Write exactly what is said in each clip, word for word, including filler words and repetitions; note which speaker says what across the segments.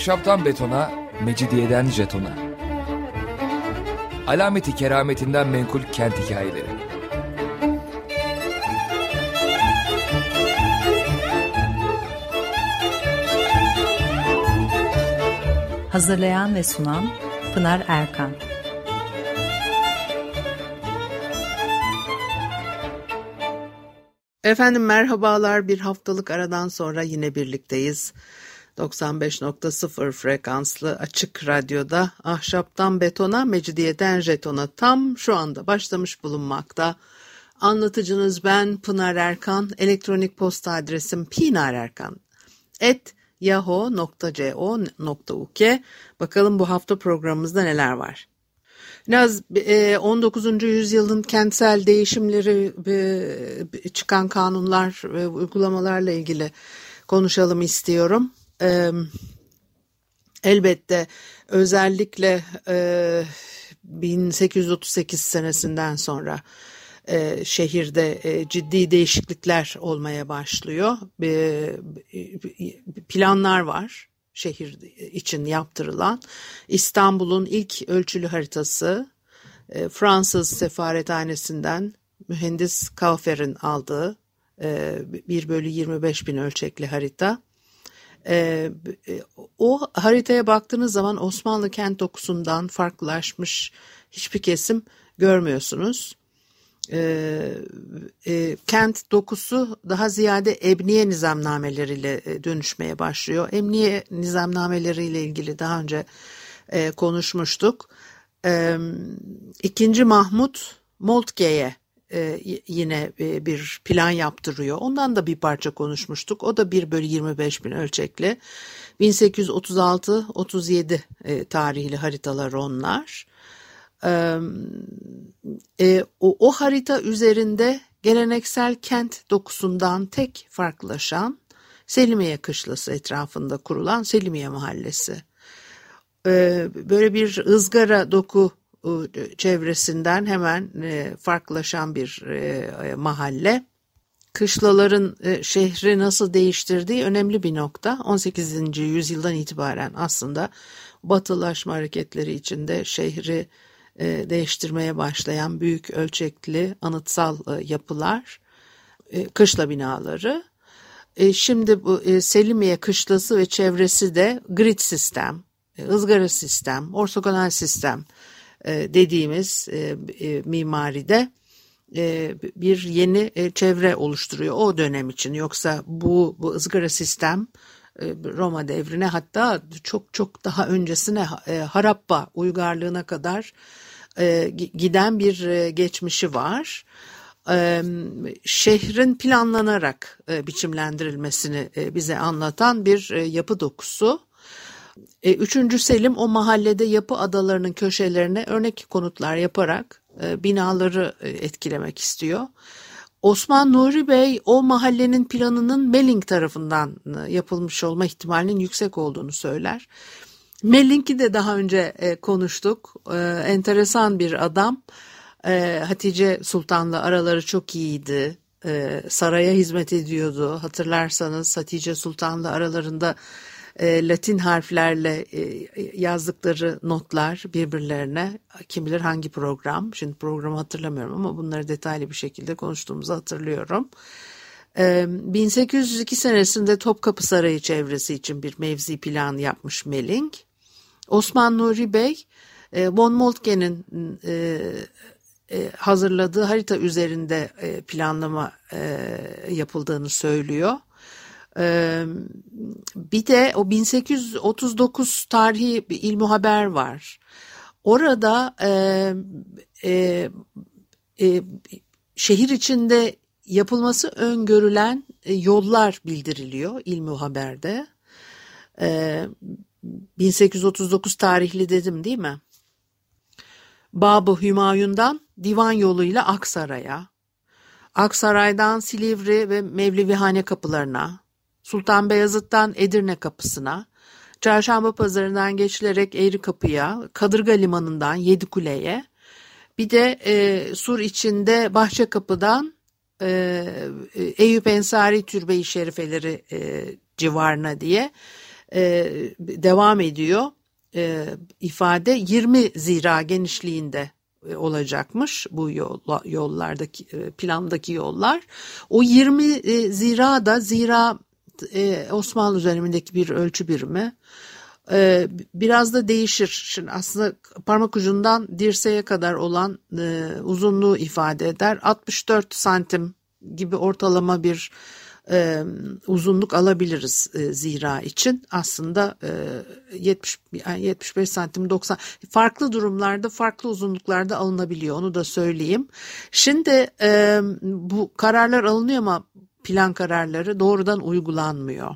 Speaker 1: Ahşaptan betona, mecidiyeden jetona. Alameti kerametinden menkul kent hikayeleri.
Speaker 2: Hazırlayan ve sunan Pınar Erkan.
Speaker 3: Efendim merhabalar, bir haftalık aradan sonra yine birlikteyiz. doksan beş nokta sıfır frekanslı açık radyoda ahşaptan betona, mecidiyeden jetona tam şu anda başlamış bulunmakta. Anlatıcınız ben Pınar Erkan. Elektronik posta adresim pinarerkan at yahoo nokta co nokta uk. Bakalım bu hafta programımızda neler var. Biraz on dokuzuncu yüzyılın kentsel değişimleri, çıkan kanunlar ve uygulamalarla ilgili konuşalım istiyorum. Elbette özellikle bin sekiz yüz otuz sekiz senesinden sonra şehirde ciddi değişiklikler olmaya başlıyor. Planlar var şehir için yaptırılan. İstanbul'un ilk ölçülü haritası Fransız sefarethanesinden mühendis Kaufer'in aldığı bir bölü yirmi beş bin ölçekli harita. O haritaya baktığınız zaman Osmanlı kent dokusundan farklılaşmış hiçbir kesim görmüyorsunuz. E, e, kent dokusu daha ziyade emniye nizamnameleriyle e, dönüşmeye başlıyor. Emniye nizamnameleriyle ilgili daha önce e, konuşmuştuk. E, İkinci Mahmut Moltke'ye e, yine e, bir plan yaptırıyor. Ondan da bir parça konuşmuştuk. O da bir bölü yirmi beş bin ölçekli. bin sekiz yüz otuz altı otuz yedi e, tarihli haritalar onlar. Ee, e, o, o harita üzerinde geleneksel kent dokusundan tek farklılaşan Selimiye Kışlası etrafında kurulan Selimiye Mahallesi. Ee, böyle bir ızgara doku e, çevresinden hemen e, farklılaşan bir e, mahalle. Kışlaların e, şehri nasıl değiştirdiği önemli bir nokta. on sekizinci yüzyıldan itibaren aslında batılaşma hareketleri içinde şehri E, değiştirmeye başlayan büyük ölçekli anıtsal e, yapılar, e, kışla binaları. E, şimdi bu e, Selimiye Kışlası ve çevresi de grid sistem, e, ızgara sistem, ortogonal sistem e, dediğimiz e, e, mimaride e, bir yeni e, çevre oluşturuyor o dönem için. Yoksa bu, bu ızgara sistem e, Roma devrine, hatta çok çok daha öncesine, e, Harappa uygarlığına kadar e, giden bir e, geçmişi var. E, şehrin planlanarak e, biçimlendirilmesini e, bize anlatan bir e, yapı dokusu. E, Üçüncü Selim o mahallede yapı adalarının köşelerine örnek konutlar yaparak e, binaları e, etkilemek istiyor. Osman Nuri Bey o mahallenin planının Melling tarafından yapılmış olma ihtimalinin yüksek olduğunu söyler. Melling'i de daha önce e, konuştuk. E, enteresan bir adam. E, Hatice Sultan'la araları çok iyiydi. E, saraya hizmet ediyordu. Hatırlarsanız Hatice Sultan'la aralarında e, Latin harflerle e, yazdıkları notlar birbirlerine, kim bilir hangi program, şimdi programı hatırlamıyorum ama bunları detaylı bir şekilde konuştuğumuzu hatırlıyorum. E, bin sekiz yüz iki senesinde Topkapı Sarayı çevresi için bir mevzi plan yapmış Melling. Osman Nuri Bey e, von Moltke'nin e, e, hazırladığı harita üzerinde e, planlama e, yapıldığını söylüyor. Ee, bir de o bin sekiz yüz otuz dokuz tarihi bir İlmuhaber var. Orada e, e, e, şehir içinde yapılması öngörülen e, yollar bildiriliyor İlmuhaber'de. E, bin sekiz yüz otuz dokuz tarihli dedim değil mi? Babı Hümayun'dan divan yoluyla Aksaray'a, Aksaray'dan Silivri ve Mevlevihane kapılarına, Sultan Beyazıt'tan Edirne kapısına, Çarşamba Pazarı'ndan geçilerek Eğrikapı'ya, Kadırga Limanı'ndan Yedikule'ye, bir de e, Sur içinde Bahçekapı'dan e, Eyüp Ensari Türbe-i Şerifeleri e, civarına diye e, devam ediyor. E, ifade yirmi zira genişliğinde e, olacakmış bu yol, yollardaki e, plandaki yollar. O yirmi e, zira da zira e, Osmanlı dönemindeki bir ölçü birimi. E, biraz da değişir. Şimdi aslında parmak ucundan dirseğe kadar olan e, uzunluğu ifade eder. altmış dört santim gibi ortalama bir e, uzunluk alabiliriz e, zira için. Aslında e, yetmiş, yani yetmiş beş santim doksan farklı durumlarda farklı uzunluklarda alınabiliyor, onu da söyleyeyim. Şimdi e, bu kararlar alınıyor ama plan kararları doğrudan uygulanmıyor.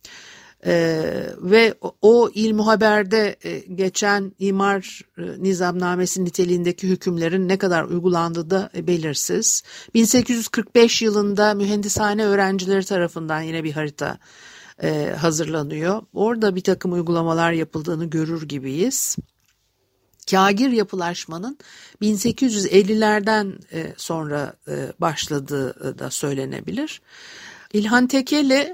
Speaker 3: Ee, ve o İlmuhaber'de e, geçen imar e, nizamnamesi niteliğindeki hükümlerin ne kadar uygulandığı da e, belirsiz. bin sekiz yüz kırk beş yılında mühendishane öğrencileri tarafından yine bir harita e, hazırlanıyor. Orada bir takım uygulamalar yapıldığını görür gibiyiz. Kagir yapılaşmanın bin sekiz yüz ellilerden e, sonra e, başladığı da söylenebilir. İlhan Tekeli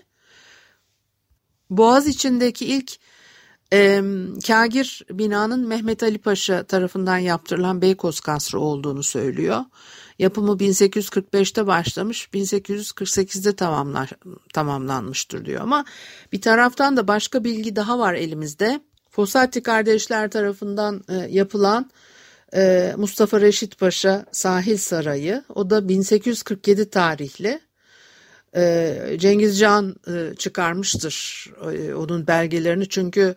Speaker 3: Boğaz içindeki ilk e, kagir binanın Mehmet Ali Paşa tarafından yaptırılan Beykoz Kasrı olduğunu söylüyor. Yapımı bin sekiz yüz kırk beşte başlamış, bin sekiz yüz kırk sekizde tamamlar, tamamlanmıştır diyor. Ama bir taraftan da başka bilgi daha var elimizde. Fossati kardeşler tarafından e, yapılan e, Mustafa Reşit Paşa Sahil Sarayı, o da bin sekiz yüz kırk yedi tarihli. Cengiz Can çıkarmıştır onun belgelerini, çünkü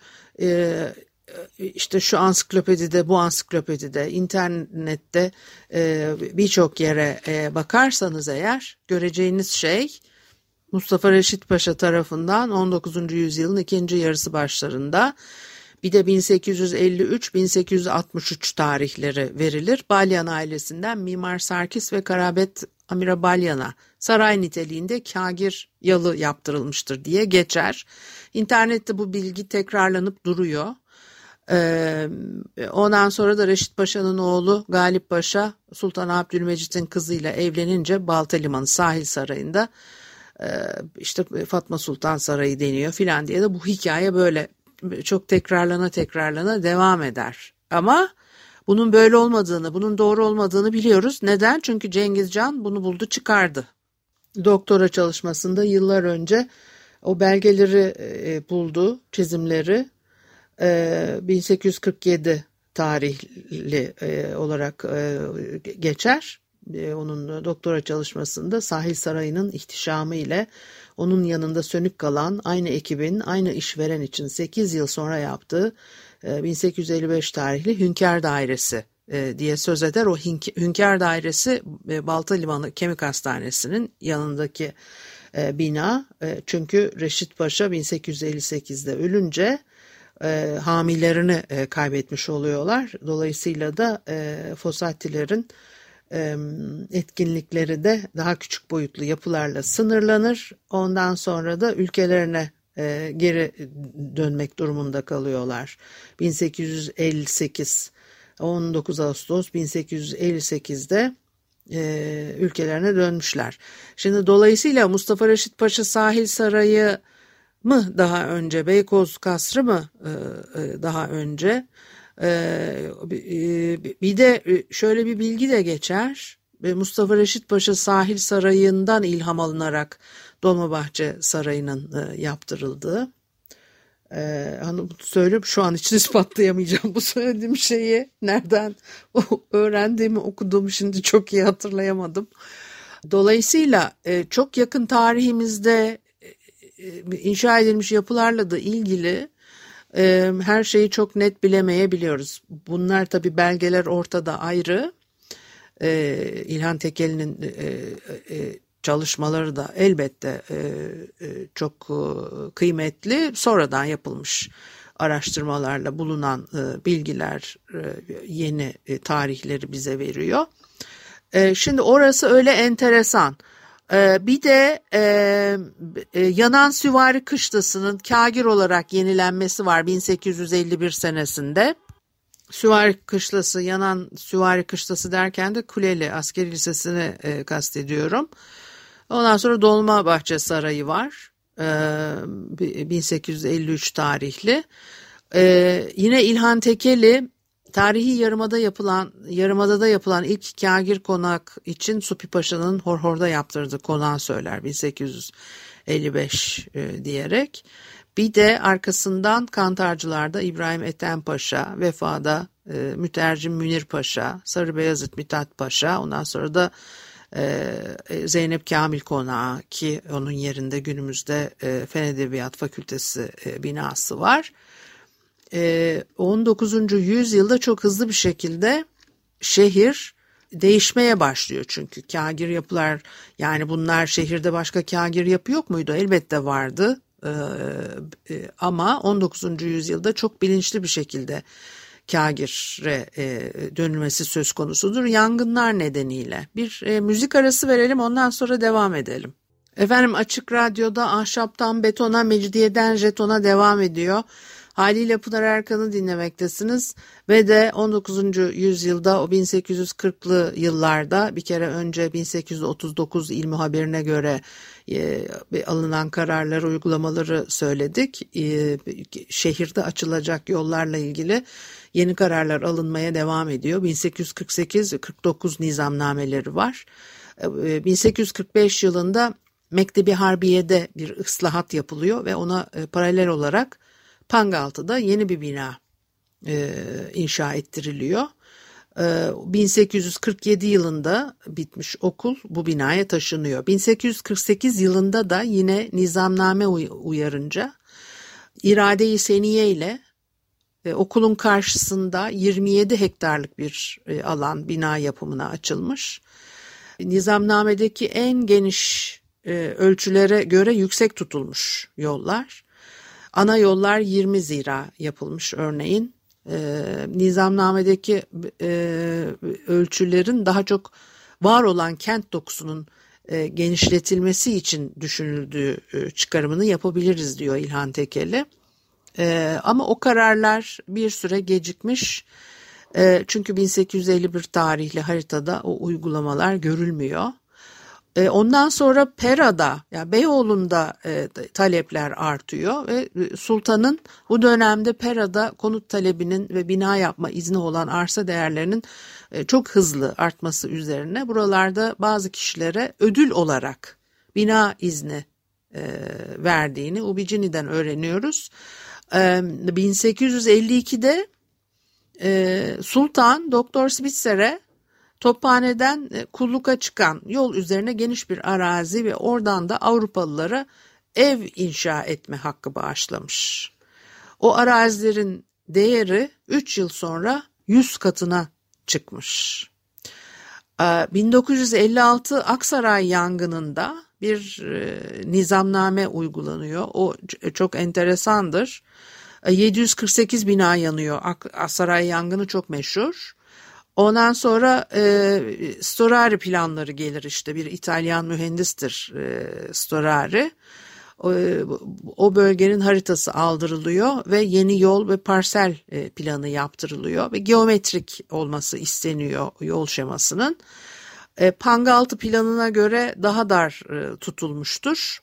Speaker 3: işte şu ansiklopedide, bu ansiklopedide, internette birçok yere bakarsanız eğer göreceğiniz şey Mustafa Reşit Paşa tarafından on dokuzuncu yüzyılın ikinci yarısı başlarında, bir de bin sekiz yüz elli üç bin sekiz yüz altmış üç tarihleri verilir. Balyan ailesinden Mimar Sarkis ve Karabet Amira Balyan'a saray niteliğinde kagir yalı yaptırılmıştır diye geçer. İnternette bu bilgi tekrarlanıp duruyor. Ee, ondan sonra da Reşit Paşa'nın oğlu Galip Paşa Sultan Abdülmecit'in kızıyla evlenince Baltalimanı Sahil Sarayı'nda e, işte Fatma Sultan Sarayı deniyor filan diye de bu hikaye böyle çok tekrarlana tekrarlana devam eder. Ama bunun böyle olmadığını, bunun doğru olmadığını biliyoruz. Neden? Çünkü Cengiz Can bunu buldu, çıkardı. Doktora çalışmasında yıllar önce o belgeleri e, buldu, çizimleri e, bin sekiz yüz kırk yedi tarihli e, olarak e, geçer. E, onun doktora çalışmasında Sahil Sarayı'nın ihtişamı ile onun yanında sönük kalan aynı ekibin, aynı işveren için sekiz yıl sonra yaptığı bin sekiz yüz elli beş tarihli Hünkâr Dairesi diye söz eder. O Hünkâr Dairesi Baltalimanı Kemik Hastanesi'nin yanındaki bina. Çünkü Reşit Paşa bin sekiz yüz elli sekizde ölünce hamilerini kaybetmiş oluyorlar. Dolayısıyla da Fossatilerin etkinlikleri de daha küçük boyutlu yapılarla sınırlanır. Ondan sonra da ülkelerine e, geri dönmek durumunda kalıyorlar. bin sekiz yüz elli sekiz on dokuz Ağustos bin sekiz yüz elli sekizde e, ülkelerine dönmüşler. Şimdi dolayısıyla Mustafa Reşit Paşa Sahil Sarayı mı daha önce, Beykoz Kasrı mı e, e, daha önce? Ee, bir de şöyle bir bilgi de geçer. Mustafa Reşit Paşa Sahil Sarayı'ndan ilham alınarak Dolmabahçe Sarayı'nın yaptırıldığı. Ee, hani söyleyeyim, şu an için ispatlayamayacağım bu söylediğim şeyi. Nereden öğrendiğimi, okuduğumu şimdi çok iyi hatırlayamadım. Dolayısıyla çok yakın tarihimizde inşa edilmiş yapılarla da ilgili her şeyi çok net bilemeyebiliyoruz. Bunlar tabii belgeler ortada ayrı. Ee, İlhan Tekeli'nin e, e, çalışmaları da elbette e, e, çok e, kıymetli. Sonradan yapılmış araştırmalarla bulunan e, bilgiler e, yeni e, tarihleri bize veriyor. E, şimdi orası öyle enteresan. Bir de e, e, Yanan Süvari Kışlası'nın kagir olarak yenilenmesi var bin sekiz yüz elli bir senesinde. Süvari Kışlası, Yanan Süvari Kışlası derken de Kuleli Askeri Lisesi'ni e, kastediyorum. Ondan sonra Dolmabahçe Sarayı var. bin sekiz yüz elli üç tarihli. Ee, yine İlhan Tekeli tarihi yarımada yapılan yarımadada yapılan ilk kâgir konak için Supi Paşa'nın Horhor'da yaptırdığı konağı söyler bin sekiz yüz elli beş e, diyerek. Bir de arkasından Kantarcılar'da İbrahim Ethem Paşa, Vefa'da e, Mütercim Münir Paşa, Sarı Beyazıt Mithat Paşa, ondan sonra da e, Zeynep Kamil Konağı ki onun yerinde günümüzde e, Fen Edebiyat Fakültesi e, binası var. E, on dokuzuncu yüzyılda çok hızlı bir şekilde şehir değişmeye başlıyor çünkü kâgir yapılar, yani bunlar şehirde başka kâgir yapı yok muydu? Elbette vardı. Ee, ama on dokuzuncu yüzyılda çok bilinçli bir şekilde kâgire e, dönülmesi söz konusudur. Yangınlar nedeniyle. Bir e, müzik arası verelim, ondan sonra devam edelim. Efendim, Açık Radyo'da Ahşaptan Betona, Mecidiyeden Jeton'a devam ediyor. Haliyle Pınar Erkan'ı dinlemektesiniz ve de on dokuzuncu yüzyılda o bin sekiz yüz kırklı yıllarda bir kere önce bin sekiz yüz otuz dokuz İl Muhabirine göre e, alınan kararları, uygulamaları söyledik. E, şehirde açılacak yollarla ilgili yeni kararlar alınmaya devam ediyor. bin sekiz yüz kırk sekiz kırk dokuz nizamnameleri var. E, bin sekiz yüz kırk beş yılında Mektebi Harbiye'de bir ıslahat yapılıyor ve ona e, paralel olarak Pangaltı'da yeni bir bina e, inşa ettiriliyor. E, bin sekiz yüz kırk yedi yılında bitmiş okul bu binaya taşınıyor. bin sekiz yüz kırk sekiz yılında da yine nizamname uyarınca irade-i seniye ile e, okulun karşısında yirmi yedi hektarlık bir e, alan bina yapımına açılmış. Nizamnamedeki en geniş e, ölçülere göre yüksek tutulmuş yollar. Ana yollar yirmi zira yapılmış örneğin. E, nizamnamedeki e, ölçülerin daha çok var olan kent dokusunun e, genişletilmesi için düşünüldüğü e, çıkarımını yapabiliriz diyor İlhan Tekeli. E, ama o kararlar bir süre gecikmiş. E, çünkü bin sekiz yüz elli bir tarihli haritada o uygulamalar görülmüyor. Ondan sonra Pera'da, yani Beyoğlu'nda e, talepler artıyor ve sultanın bu dönemde Pera'da konut talebinin ve bina yapma izni olan arsa değerlerinin e, çok hızlı artması üzerine buralarda bazı kişilere ödül olarak bina izni e, verdiğini Ubicini'den öğreniyoruz. E, bin sekiz yüz elli ikide e, Sultan Doktor Spitzer'e Tophane'den Kulluk'a çıkan yol üzerine geniş bir arazi ve oradan da Avrupalılara ev inşa etme hakkı bağışlamış. O arazilerin değeri üç yıl sonra yüz katına çıkmış. bin dokuz yüz elli altı Aksaray yangınında bir nizamname uygulanıyor. O çok enteresandır. yedi yüz kırk sekiz bina yanıyor. Aksaray yangını çok meşhur. Ondan sonra e, Storari planları gelir, işte bir İtalyan mühendistir e, Storari. O, o bölgenin haritası aldırılıyor ve yeni yol ve parsel e, planı yaptırılıyor ve geometrik olması isteniyor yol şemasının. E, Pangaltı planına göre daha dar e, tutulmuştur.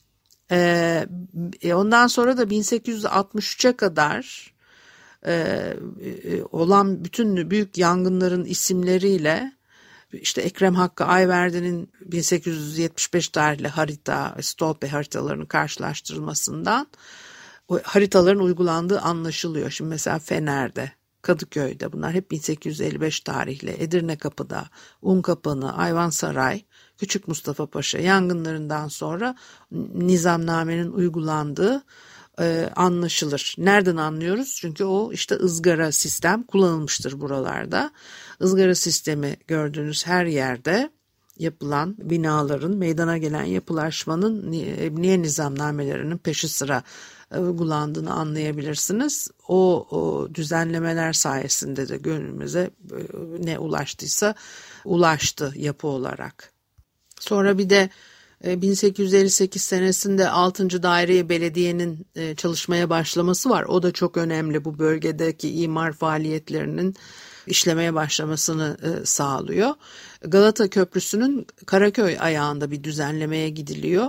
Speaker 3: E, ondan sonra da bin sekiz yüz altmış üçe kadar Ee, olan bütün büyük yangınların isimleriyle işte Ekrem Hakkı Ayverdi'nin bin sekiz yüz yetmiş beş tarihli harita, Stolpe haritalarının karşılaştırılmasından o haritaların uygulandığı anlaşılıyor. Şimdi mesela Fener'de, Kadıköy'de, bunlar hep bin sekiz yüz elli beş tarihli, Edirnekapı'da, Unkapanı, Ayvansaray, Küçük Mustafa Paşa yangınlarından sonra nizamnamenin uygulandığı Ee, anlaşılır. Nereden anlıyoruz? Çünkü o işte ızgara sistem kullanılmıştır buralarda. Izgara sistemi gördüğünüz her yerde yapılan binaların, meydana gelen yapılaşmanın emniye nizamnamelerinin peşi sıra uygulandığını anlayabilirsiniz. O, o düzenlemeler sayesinde de gönlümüze ne ulaştıysa ulaştı yapı olarak. Sonra bir de bin sekiz yüz elli sekiz senesinde altıncı Daire Belediye'nin çalışmaya başlaması var. O da çok önemli, bu bölgedeki imar faaliyetlerinin işlemeye başlamasını sağlıyor. Galata Köprüsü'nün Karaköy ayağında bir düzenlemeye gidiliyor.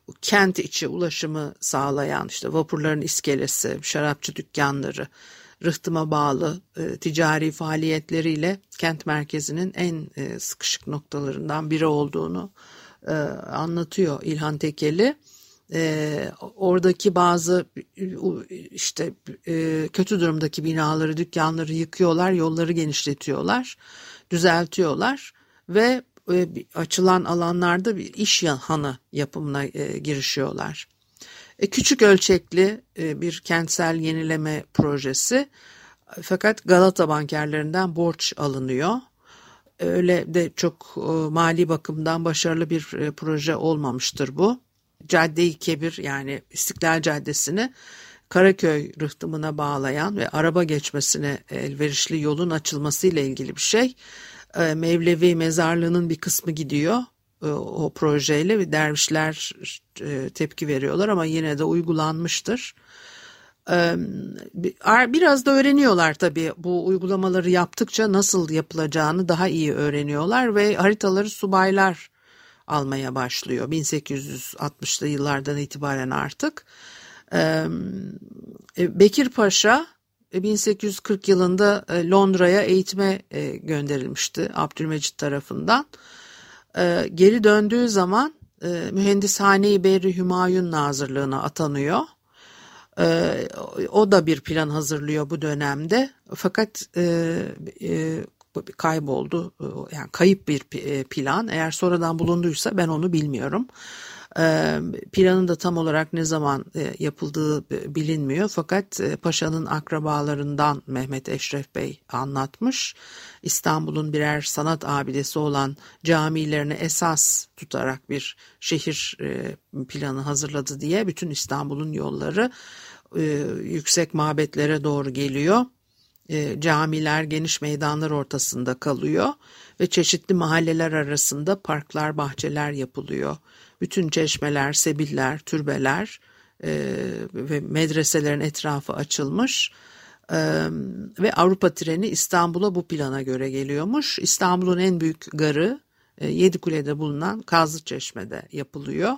Speaker 3: kent içi ulaşımı sağlayan işte vapurların iskelesi, şarapçı dükkanları, rıhtıma bağlı e, ticari faaliyetleriyle kent merkezinin en e, sıkışık noktalarından biri olduğunu e, anlatıyor İlhan Tekeli. E, oradaki bazı işte e, kötü durumdaki binaları, dükkanları yıkıyorlar, yolları genişletiyorlar, düzeltiyorlar ve e, açılan alanlarda bir iş hanı yapımına e, girişiyorlar. E, küçük ölçekli e, bir kentsel yenileme projesi, fakat Galata bankerlerinden borç alınıyor. Öyle de çok e, mali bakımdan başarılı bir e, proje olmamıştır bu. Cadde-i Kebir, yani İstiklal Caddesi'ni Karaköy rıhtımına bağlayan ve araba geçmesine elverişli yolun açılmasıyla ilgili bir şey. E, Mevlevi mezarlığının bir kısmı gidiyor e, o projeyle ve dervişler e, tepki veriyorlar ama yine de uygulanmıştır. E, biraz da öğreniyorlar tabii, bu uygulamaları yaptıkça nasıl yapılacağını daha iyi öğreniyorlar ve haritaları subaylar almaya başlıyor bin sekiz yüz altmışlı yıllardan itibaren artık. Bekir Paşa bin sekiz yüz kırk yılında Londra'ya eğitime gönderilmişti Abdülmecit tarafından. Geri döndüğü zaman Mühendishane-i Berri Hümayun Nazırlığı'na atanıyor. O da bir plan hazırlıyor bu dönemde, fakat kayboldu, yani kayıp bir plan. Eğer sonradan bulunduysa ben onu bilmiyorum. Planın da tam olarak ne zaman yapıldığı bilinmiyor, fakat Paşa'nın akrabalarından Mehmet Eşref Bey anlatmış. İstanbul'un birer sanat abidesi olan camilerini esas tutarak bir şehir planı hazırladı diye bütün İstanbul'un yolları yüksek mabetlere doğru geliyor. E, camiler geniş meydanlar ortasında kalıyor ve çeşitli mahalleler arasında parklar, bahçeler yapılıyor. Bütün çeşmeler, sebiller, türbeler e, ve medreselerin etrafı açılmış e, ve Avrupa treni İstanbul'a bu plana göre geliyormuş. İstanbul'un en büyük garı e, Yedikule'de bulunan Kazlıçeşme'de yapılıyor.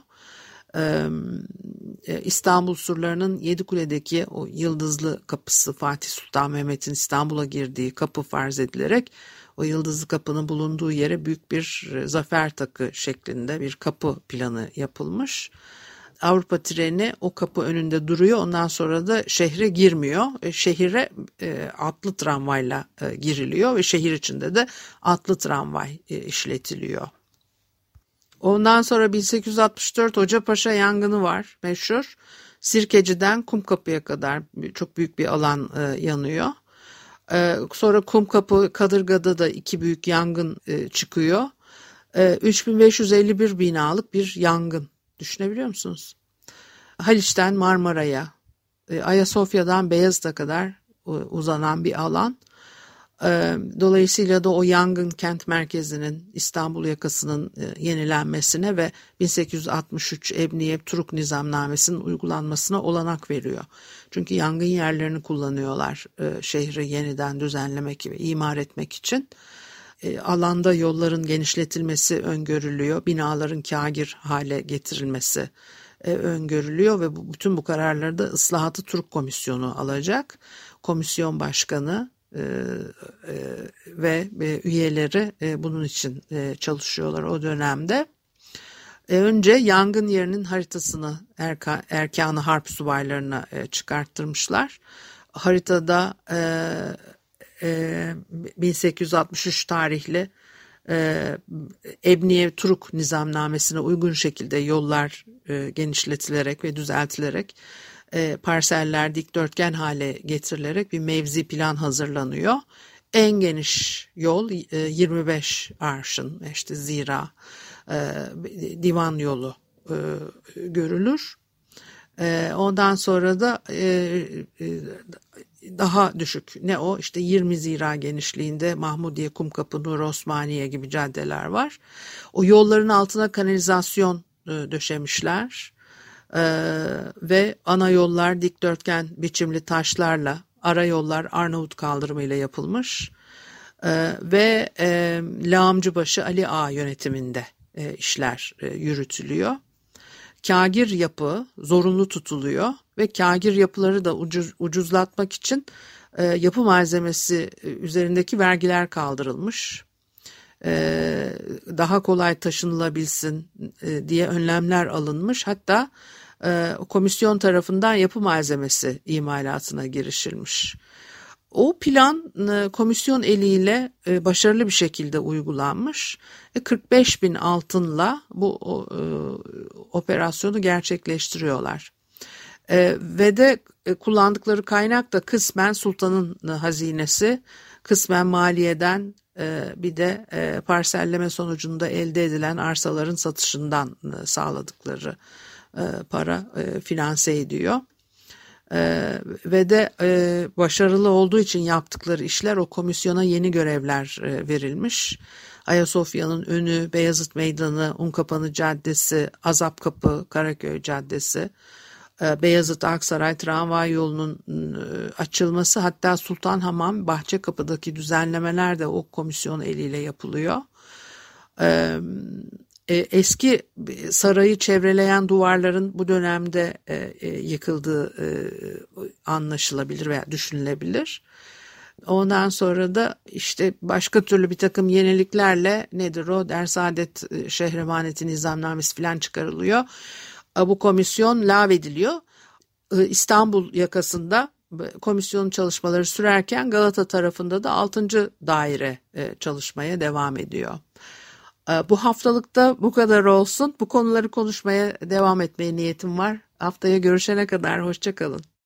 Speaker 3: İstanbul surlarının Yedikule'deki o yıldızlı kapısı, Fatih Sultan Mehmet'in İstanbul'a girdiği kapı farz edilerek o yıldızlı kapının bulunduğu yere büyük bir zafer takı şeklinde bir kapı planı yapılmış. Avrupa treni o kapı önünde duruyor. Ondan sonra da şehre girmiyor. Şehire atlı tramvayla giriliyor ve şehir içinde de atlı tramvay işletiliyor. Ondan sonra bin sekiz yüz altmış dört Hocapaşa yangını var, meşhur. Sirkeci'den Kumkapı'ya kadar çok büyük bir alan e, yanıyor. E, sonra Kumkapı, Kadırga'da da iki büyük yangın e, çıkıyor. E, üç bin beş yüz elli bir binalık bir yangın. Düşünebiliyor musunuz? Haliç'ten Marmara'ya, e, Ayasofya'dan Beyazıt'a kadar e, uzanan bir alan. Dolayısıyla da o yangın kent merkezinin, İstanbul yakasının yenilenmesine ve bin sekiz yüz altmış üç Ebniye Turuk Nizamnamesi'nin uygulanmasına olanak veriyor. Çünkü yangın yerlerini kullanıyorlar şehri yeniden düzenlemek ve imar etmek için. Alanda yolların genişletilmesi öngörülüyor, binaların kâgir hale getirilmesi öngörülüyor ve bütün bu kararları da Islahatı Turuk Komisyonu alacak. Komisyon başkanı Ee, e, ve e, üyeleri e, bunun için e, çalışıyorlar o dönemde. E, önce yangın yerinin haritasını erka, erkanı harp subaylarına e, çıkarttırmışlar. Haritada e, e, bin sekiz yüz altmış üç tarihli e, Ebniye Turuk Nizamnamesi'ne uygun şekilde yollar e, genişletilerek ve düzeltilerek E, parseller dikdörtgen hale getirilerek bir mevzi plan hazırlanıyor. En geniş yol e, yirmi beş arşın, işte zira e, divan yolu e, görülür. E, ondan sonra da e, e, daha düşük, ne o işte yirmi zira genişliğinde Mahmudiye, Kumkapı, Nur Osmaniye gibi caddeler var. O yolların altına kanalizasyon e, döşemişler. Ee, ve ana yollar dikdörtgen biçimli taşlarla, ara yollar Arnavut kaldırımıyla yapılmış ee, ve e, Lağımcıbaşı Ali Ağa yönetiminde e, işler e, yürütülüyor. kâgir yapı zorunlu tutuluyor ve kâgir yapıları da ucuz, ucuzlatmak için e, yapı malzemesi üzerindeki vergiler kaldırılmış. E, daha kolay taşınılabilsin e, diye önlemler alınmış. Hatta e, komisyon tarafından yapı malzemesi imalatına girişilmiş. O plan e, komisyon eliyle e, başarılı bir şekilde uygulanmış. E, kırk beş bin altınla bu o, e, operasyonu gerçekleştiriyorlar. E, ve de e, kullandıkları kaynak da kısmen sultanın e, hazinesi, kısmen maliyeden, e, bir de e, parselleme sonucunda elde edilen arsaların satışından e, sağladıkları e, para e, finanse ediyor. Ee, ve de e, başarılı olduğu için yaptıkları işler o komisyona yeni görevler e, verilmiş. Ayasofya'nın önü, Beyazıt Meydanı, Unkapanı Caddesi, Azapkapı, Karaköy Caddesi, e, Beyazıt Aksaray tramvay yolunun e, açılması, hatta Sultanhamam, Bahçekapı'daki düzenlemeler de o komisyon eliyle yapılıyor. Evet. Eski sarayı çevreleyen duvarların bu dönemde yıkıldığı anlaşılabilir veya düşünülebilir. Ondan sonra da işte başka türlü bir takım yeniliklerle nedir o Dersaadet Şehremaneti Nizamnamesi falan çıkarılıyor. Bu komisyon lağvediliyor. İstanbul yakasında komisyonun çalışmaları sürerken Galata tarafında da altıncı daire çalışmaya devam ediyor. Bu haftalıkta bu kadar olsun. Bu konuları konuşmaya devam etmeye niyetim var. Haftaya görüşene kadar hoşça kalın.